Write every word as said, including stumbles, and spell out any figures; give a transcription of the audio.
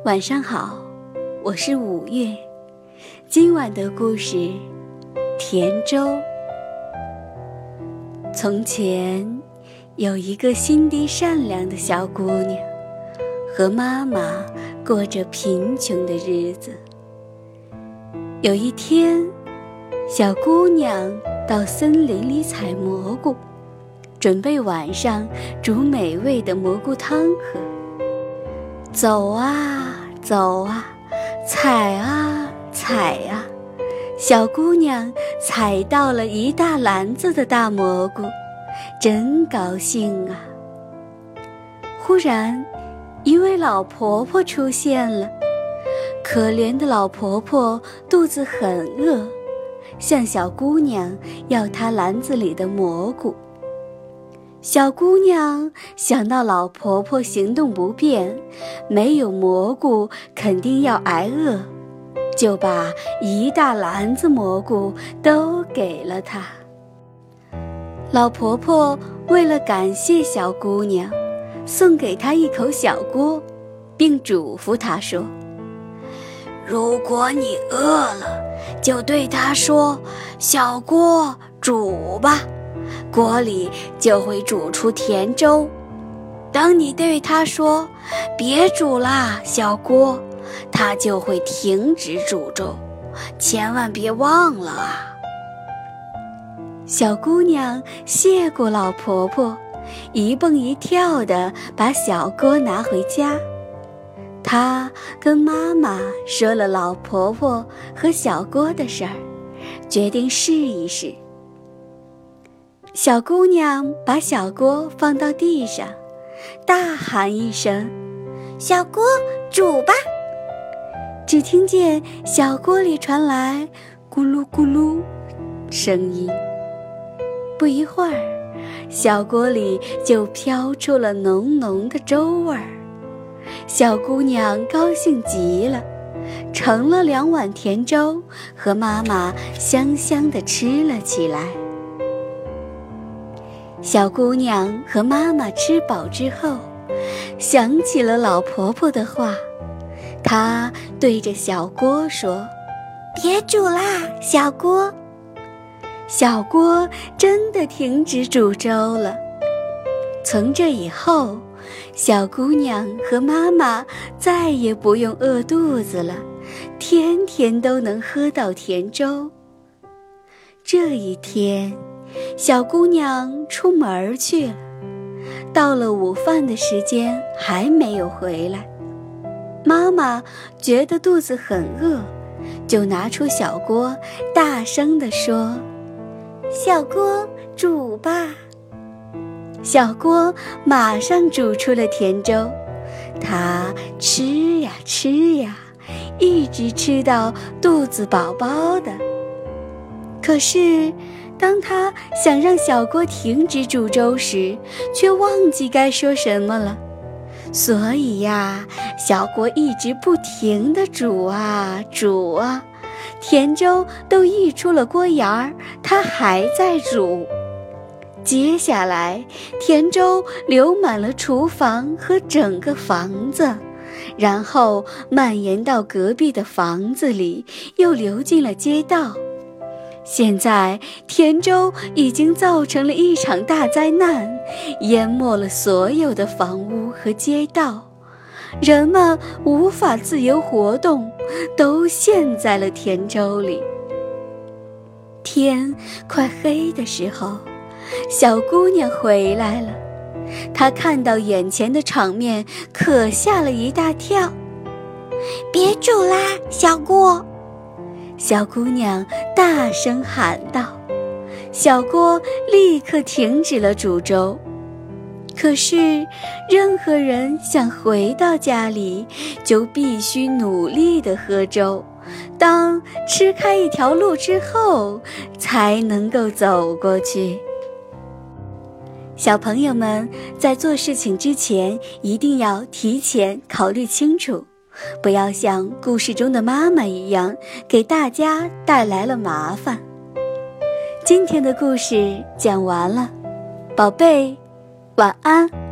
晚上好，我是五月。今晚的故事，田周。从前有一个心地善良的小姑娘，和妈妈过着贫穷的日子。有一天，小姑娘到森林里采蘑菇，准备晚上煮美味的蘑菇汤喝。走啊走啊，采啊采啊，小姑娘采到了一大篮子的大蘑菇，真高兴啊！忽然，一位老婆婆出现了。可怜的老婆婆肚子很饿，向小姑娘要她篮子里的蘑菇。小姑娘想到老婆婆行动不便，没有蘑菇肯定要挨饿，就把一大篮子蘑菇都给了她。老婆婆为了感谢小姑娘，送给她一口小锅，并嘱咐她说：如果你饿了，就对她说，小锅煮吧，锅里就会煮出甜粥。当你对她说，别煮啦，小锅，她就会停止煮粥，千万别忘了啊。小姑娘谢过老婆婆，一蹦一跳地把小锅拿回家。她跟妈妈说了老婆婆和小锅的事儿，决定试一试。小姑娘把小锅放到地上，大喊一声：小锅煮吧！只听见小锅里传来咕噜咕噜声音。不一会儿，小锅里就飘出了浓浓的粥味儿。小姑娘高兴极了，盛了两碗甜粥，和妈妈香香地吃了起来。小姑娘和妈妈吃饱之后，想起了老婆婆的话，她对着小锅说：别煮啦，小锅。小锅真的停止煮粥了。从这以后，小姑娘和妈妈再也不用饿肚子了，天天都能喝到甜粥。这一天，小姑娘出门去了，到了午饭的时间还没有回来。妈妈觉得肚子很饿，就拿出小锅，大声地说：小锅煮吧。小锅马上煮出了甜粥，她吃呀吃呀，一直吃到肚子饱饱的。可是当她想让小锅停止煮粥时，却忘记该说什么了。所以呀，小锅一直不停地煮啊煮啊，甜粥都溢出了锅沿儿，它还在煮。接下来，甜粥流满了厨房和整个房子，然后蔓延到隔壁的房子里，又流进了街道。现在，甜粥已经造成了一场大灾难，淹没了所有的房屋和街道，人们无法自由活动，都陷在了甜粥里。天快黑的时候，小姑娘回来了，她看到眼前的场面，可吓了一大跳。别煮啦，小锅！小姑娘大声喊道。小锅立刻停止了煮粥。可是，任何人想回到家里，就必须努力地喝粥。当吃开一条路之后，才能够走过去。小朋友们在做事情之前，一定要提前考虑清楚，不要像故事中的妈妈一样，给大家带来了麻烦。今天的故事讲完了，宝贝，晚安。